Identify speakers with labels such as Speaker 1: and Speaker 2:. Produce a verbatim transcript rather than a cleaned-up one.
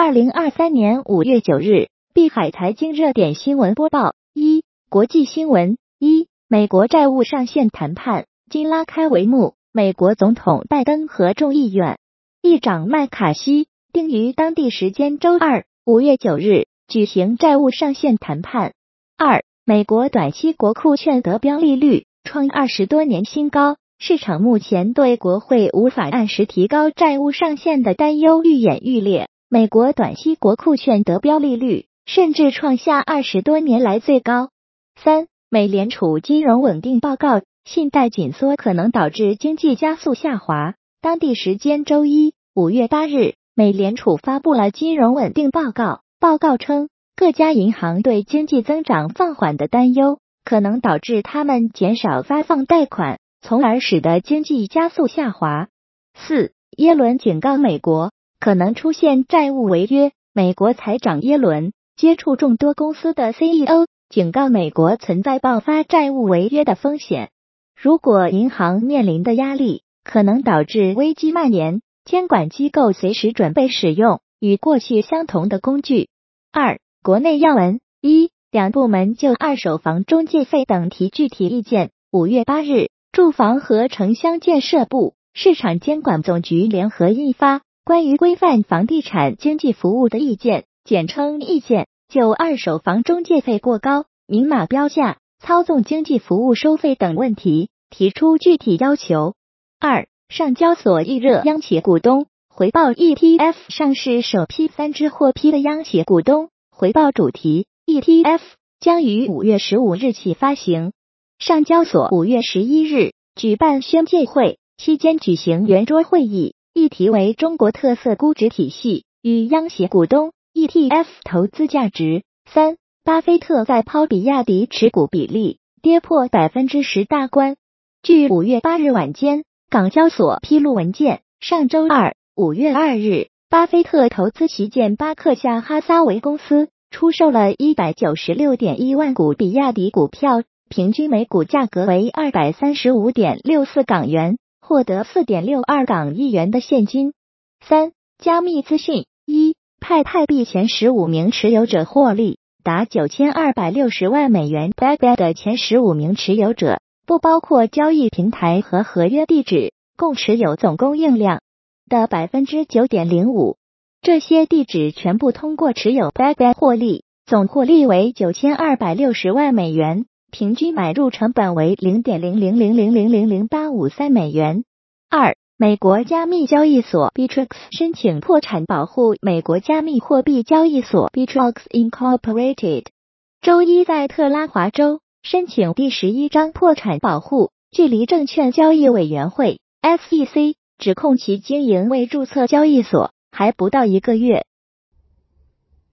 Speaker 1: 二零二三年五月九日，碧海财经热点新闻播报：一、国际新闻：一、美国债务上限谈判今拉开帷幕，美国总统拜登和众议院议长麦卡锡定于当地时间周二五月九日举行债务上限谈判。二、美国短期国库券得标利率创二十多年新高，市场目前对国会无法按时提高债务上限的担忧愈演愈烈。美国短期国库券得标利率甚至创下二十多年来最高。三、美联储金融稳定报告：信贷紧缩可能导致经济加速下滑。当地时间周一五月八日，美联储发布了金融稳定报告。报告称，各家银行对经济增长放缓的担忧可能导致他们减少发放贷款，从而使得经济加速下滑。四、耶伦警告美国可能出现债务违约。美国财长耶伦接触众多公司的 C E O， 警告美国存在爆发债务违约的风险。如果银行面临的压力可能导致危机蔓延，监管机构随时准备使用与过去相同的工具。二、国内要闻：一、两部门就二手房中介费等提具体意见。五月八日，住房和城乡建设部、市场监管总局联合印发关于规范房地产经纪服务的意见，简称意见，就二手房中介费过高、明码标价、操纵经纪服务收费等问题提出具体要求。二、上交所预热央企股东回报 E T F 上市首批三只获批的央企股东回报主题 E T F 将于五月十五日起发行。上交所五月十一日举办宣介会，期间举行圆桌会议，议题为中国特色估值体系与央企股东 E T F 投资价值。三、巴菲特在抛比亚迪持股比例跌破 百分之十 大关。据五月八日晚间港交所披露文件，上周二五月二日，巴菲特投资旗舰巴克夏哈撒韦公司出售了 一百九十六点一万股比亚迪股票，平均每股价格为 二百三十五点六四港元，获得 四点六二港亿元的现金。三、加密资讯：一、派派币前十五名持有者获利达九千二百六十万美元。 B A B 的前十五名持有者不包括交易平台和合约地址，共持有总供应量的 百分之九点零五。 这些地址全部通过持有 B A B 获利，总获利为九千二百六十万美元，平均买入成本为 零点零零零零零零零八五三美元。二、美国加密交易所 Bittrex 申请破产保护。美国加密货币交易所 Bittrex Incorporated 周一在特拉华州申请第十一章破产保护，距离证券交易委员会 S E C 指控其经营未注册交易所还不到一个月。